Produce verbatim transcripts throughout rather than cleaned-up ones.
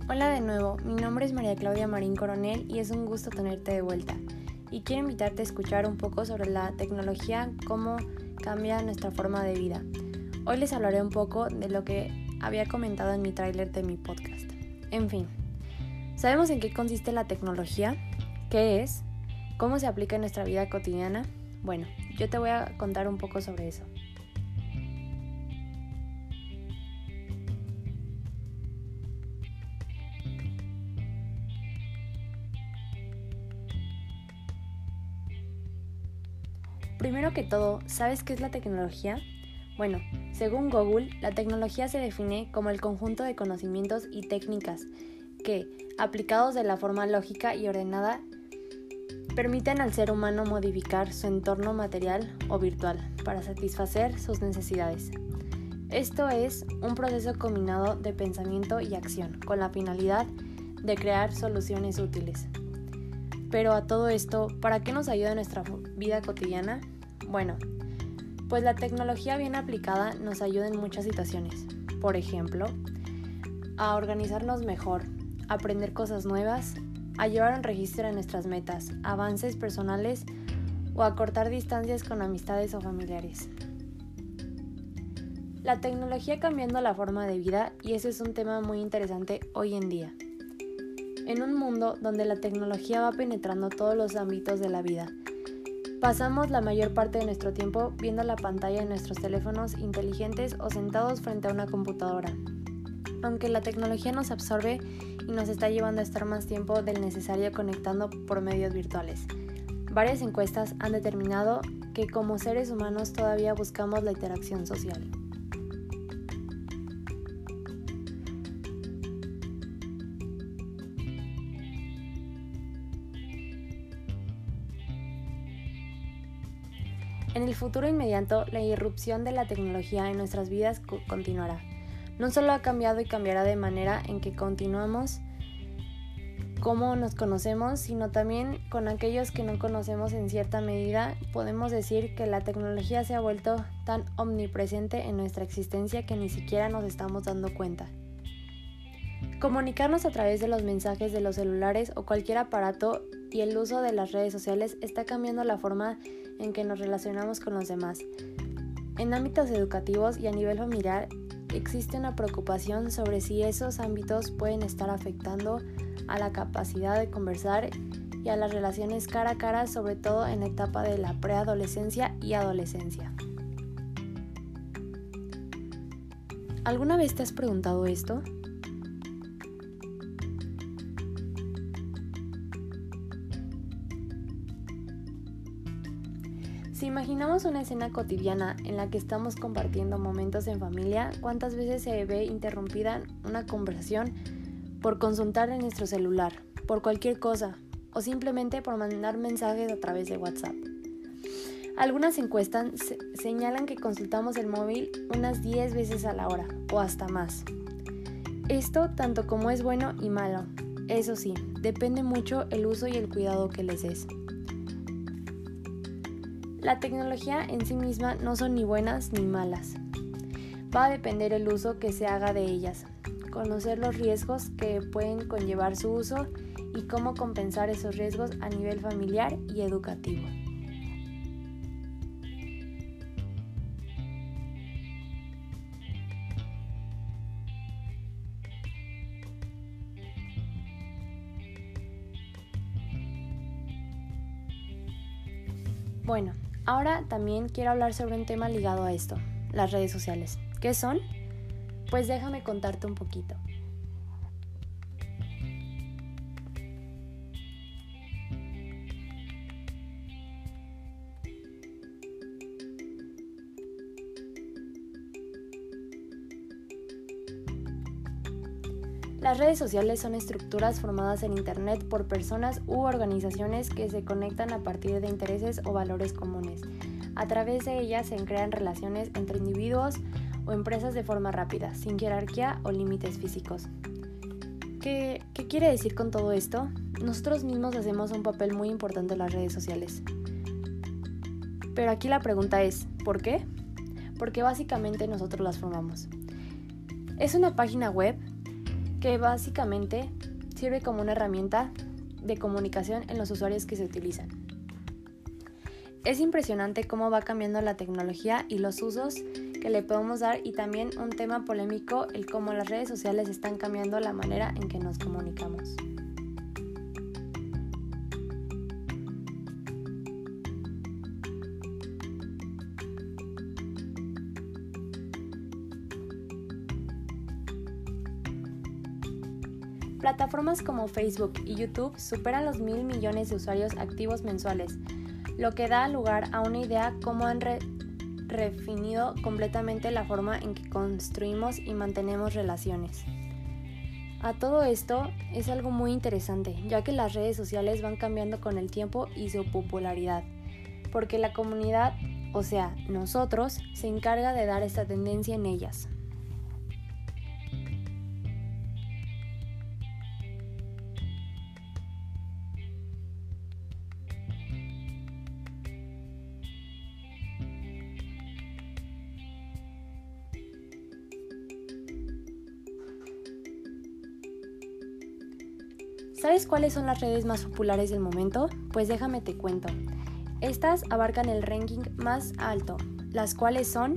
Hola de nuevo, mi nombre es María Claudia Marín Coronel y es un gusto tenerte de vuelta. Y quiero invitarte a escuchar un poco sobre la tecnología, cómo cambia nuestra forma de vida. Hoy les hablaré un poco de lo que había comentado en mi tráiler de mi podcast. En fin, ¿sabemos en qué consiste la tecnología? ¿Qué es? ¿Cómo se aplica en nuestra vida cotidiana? Bueno, yo te voy a contar un poco sobre eso. Primero que todo, ¿sabes qué es la tecnología? Bueno, según Google, la tecnología se define como el conjunto de conocimientos y técnicas que, aplicados de la forma lógica y ordenada, permiten al ser humano modificar su entorno material o virtual para satisfacer sus necesidades. Esto es un proceso combinado de pensamiento y acción, con la finalidad de crear soluciones útiles. Pero a todo esto, ¿para qué nos ayuda en nuestra vida cotidiana? Bueno, pues la tecnología bien aplicada nos ayuda en muchas situaciones. Por ejemplo, a organizarnos mejor, a aprender cosas nuevas, a llevar un registro de nuestras metas, avances personales o a cortar distancias con amistades o familiares. La tecnología cambiando la forma de vida, y ese es un tema muy interesante hoy en día. En un mundo donde la tecnología va penetrando todos los ámbitos de la vida, pasamos la mayor parte de nuestro tiempo viendo la pantalla de nuestros teléfonos inteligentes o sentados frente a una computadora. Aunque la tecnología nos absorbe y nos está llevando a estar más tiempo del necesario conectando por medios virtuales. Varias encuestas han determinado que como seres humanos todavía buscamos la interacción social. En el futuro inmediato, la irrupción de la tecnología en nuestras vidas co- continuará. No solo ha cambiado y cambiará de manera en que continuamos cómo nos conocemos, sino también con aquellos que no conocemos en cierta medida. Podemos decir que la tecnología se ha vuelto tan omnipresente en nuestra existencia que ni siquiera nos estamos dando cuenta. Comunicarnos a través de los mensajes de los celulares o cualquier aparato y el uso de las redes sociales está cambiando la forma en que nos relacionamos con los demás. En ámbitos educativos y a nivel familiar existe una preocupación sobre si esos ámbitos pueden estar afectando a la capacidad de conversar y a las relaciones cara a cara, sobre todo en la etapa de la preadolescencia y adolescencia. ¿Alguna vez te has preguntado esto? Si imaginamos una escena cotidiana en la que estamos compartiendo momentos en familia, ¿cuántas veces se ve interrumpida una conversación por consultar en nuestro celular, por cualquier cosa, o simplemente por mandar mensajes a través de WhatsApp? Algunas encuestas se- señalan que consultamos el móvil unas diez veces a la hora, o hasta más. Esto tanto como es bueno y malo. Eso sí, depende mucho el uso y el cuidado que les des. La tecnología en sí misma no son ni buenas ni malas. Va a depender el uso que se haga de ellas, conocer los riesgos que pueden conllevar su uso y cómo compensar esos riesgos a nivel familiar y educativo. Bueno, ahora también quiero hablar sobre un tema ligado a esto, las redes sociales. ¿Qué son? Pues déjame contarte un poquito. Las redes sociales son estructuras formadas en Internet por personas u organizaciones que se conectan a partir de intereses o valores comunes. A través de ellas se crean relaciones entre individuos o empresas de forma rápida, sin jerarquía o límites físicos. ¿Qué, qué quiere decir con todo esto? Nosotros mismos hacemos un papel muy importante en las redes sociales. Pero aquí la pregunta es, ¿por qué? Porque básicamente nosotros las formamos. Es una página web que básicamente sirve como una herramienta de comunicación en los usuarios que se utilizan. Es impresionante cómo va cambiando la tecnología y los usos que le podemos dar, y también un tema polémico, el cómo las redes sociales están cambiando la manera en que nos comunicamos. Plataformas como Facebook y YouTube superan los mil millones de usuarios activos mensuales, lo que da lugar a una idea cómo han re- redefinido completamente la forma en que construimos y mantenemos relaciones. A todo esto es algo muy interesante, ya que las redes sociales van cambiando con el tiempo y su popularidad, porque la comunidad, o sea, nosotros, se encarga de dar esta tendencia en ellas. ¿Sabes cuáles son las redes más populares del momento? Pues déjame te cuento. Estas abarcan el ranking más alto, las cuales son: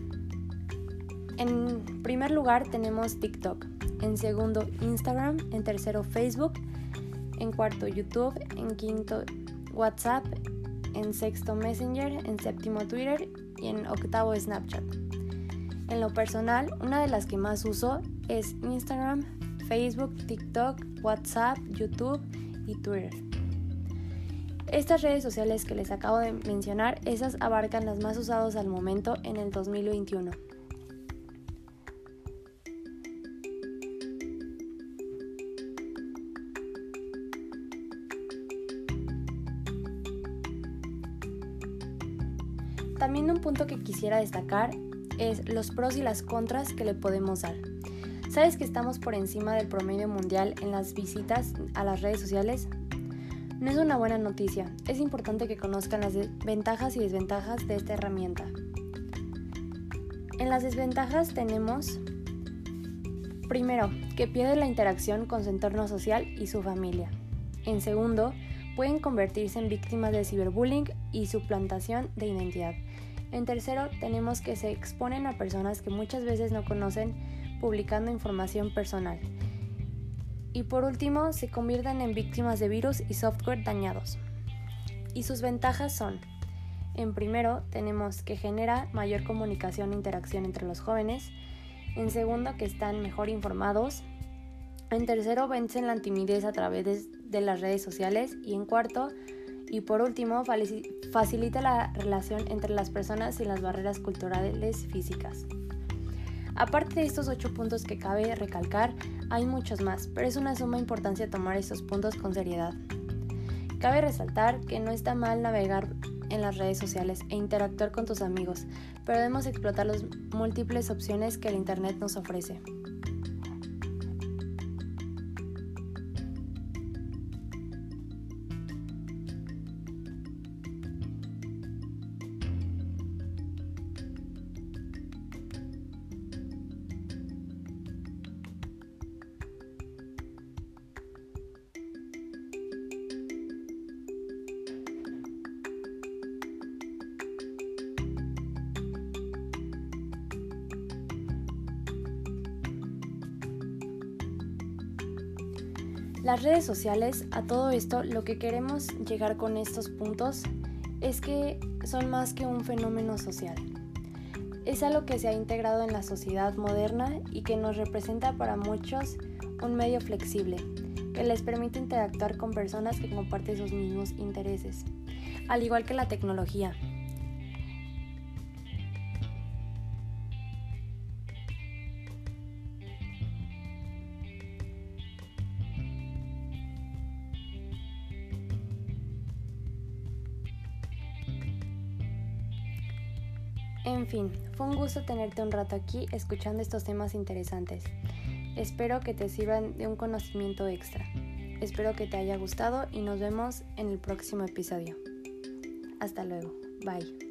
en primer lugar tenemos TikTok, en segundo Instagram, en tercero Facebook, en cuarto YouTube, en quinto WhatsApp, en sexto Messenger, en séptimo Twitter y en octavo Snapchat. En lo personal, una de las que más uso es Instagram, Facebook, TikTok, WhatsApp, YouTube y Twitter. Estas redes sociales que les acabo de mencionar, esas abarcan las más usadas al momento en el dos mil veintiuno. También un punto que quisiera destacar es los pros y las contras que le podemos dar. ¿Sabes que estamos por encima del promedio mundial en las visitas a las redes sociales? No es una buena noticia. Es importante que conozcan las ventajas y desventajas de esta herramienta. En las desventajas tenemos, primero, que pierde la interacción con su entorno social y su familia. En segundo, pueden convertirse en víctimas de ciberbullying y suplantación de identidad. En tercero, tenemos que se exponen a personas que muchas veces no conocen, publicando información personal. Y por último, se convierten en víctimas de virus y software dañados. Y sus ventajas son: en primero, tenemos que genera mayor comunicación e interacción entre los jóvenes. En segundo, que están mejor informados. En tercero, vencen la timidez a través de, de las redes sociales. Y en cuarto, y por último, facilita la relación entre las personas y las barreras culturales físicas. Aparte de estos ocho puntos que cabe recalcar, hay muchos más, pero es una suma importancia tomar estos puntos con seriedad. Cabe resaltar que no está mal navegar en las redes sociales e interactuar con tus amigos, pero debemos explotar las múltiples opciones que el Internet nos ofrece. Las redes sociales, a todo esto, lo que queremos llegar con estos puntos es que son más que un fenómeno social. Es algo que se ha integrado en la sociedad moderna y que nos representa para muchos un medio flexible, que les permite interactuar con personas que comparten sus mismos intereses, al igual que la tecnología. En fin, fue un gusto tenerte un rato aquí escuchando estos temas interesantes. Espero que te sirvan de un conocimiento extra. Espero que te haya gustado y nos vemos en el próximo episodio. Hasta luego. Bye.